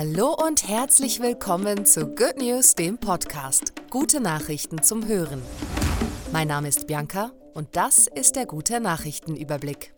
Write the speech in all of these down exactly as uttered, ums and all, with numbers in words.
Hallo und herzlich willkommen zu Good News, dem Podcast. Gute Nachrichten zum Hören. Mein Name ist Bianca und das ist der gute Nachrichtenüberblick.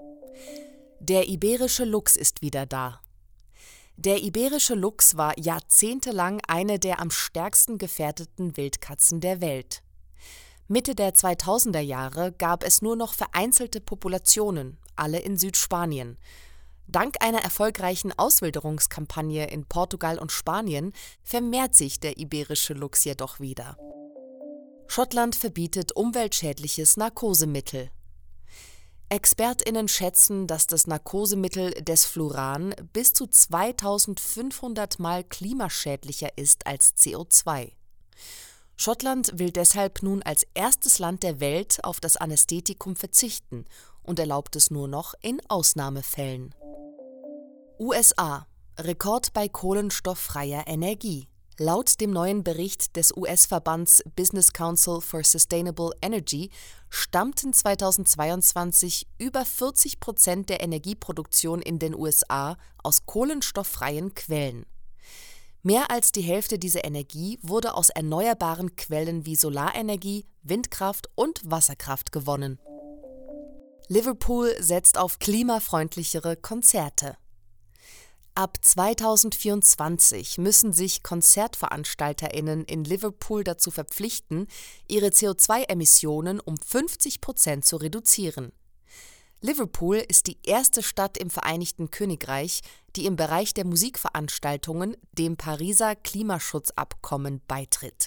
Der iberische Luchs ist wieder da. Der iberische Luchs war jahrzehntelang eine der am stärksten gefährdeten Wildkatzen der Welt. Mitte der zweitausender Jahre gab es nur noch vereinzelte Populationen, alle in Südspanien. Dank einer erfolgreichen Auswilderungskampagne in Portugal und Spanien vermehrt sich der iberische Luchs jedoch wieder. Schottland verbietet umweltschädliches Narkosemittel. ExpertInnen schätzen, dass das Narkosemittel Desfluran bis zu zweitausendfünfhundert Mal klimaschädlicher ist als C O zwei. Schottland will deshalb nun als erstes Land der Welt auf das Anästhetikum verzichten und erlaubt es nur noch in Ausnahmefällen. U S A – Rekord bei kohlenstofffreier Energie. Laut dem neuen Bericht des U S-Verbands Business Council for Sustainable Energy stammten zweitausendzweiundzwanzig über vierzig Prozent der Energieproduktion in den U S A aus kohlenstofffreien Quellen. Mehr als die Hälfte dieser Energie wurde aus erneuerbaren Quellen wie Solarenergie, Windkraft und Wasserkraft gewonnen. Liverpool setzt auf klimafreundlichere Konzerte. Ab zweitausendvierundzwanzig müssen sich KonzertveranstalterInnen in Liverpool dazu verpflichten, ihre C O zwei Emissionen um fünfzig Prozent zu reduzieren. Liverpool ist die erste Stadt im Vereinigten Königreich, die im Bereich der Musikveranstaltungen dem Pariser Klimaschutzabkommen beitritt.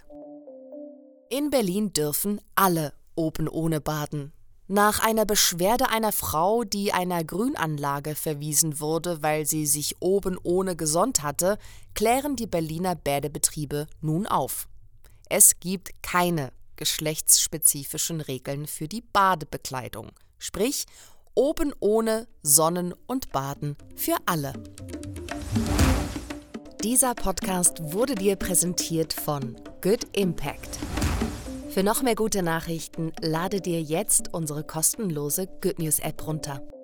In Berlin dürfen alle oben ohne baden. Nach einer Beschwerde einer Frau, die einer Grünanlage verwiesen wurde, weil sie sich oben ohne gesonnt hatte, klären die Berliner Badebetriebe nun auf. Es gibt keine geschlechtsspezifischen Regeln für die Badebekleidung, sprich oben ohne, Sonnen und Baden für alle. Dieser Podcast wurde dir präsentiert von Good Impact. Für noch mehr gute Nachrichten lade dir jetzt unsere kostenlose Good News App runter.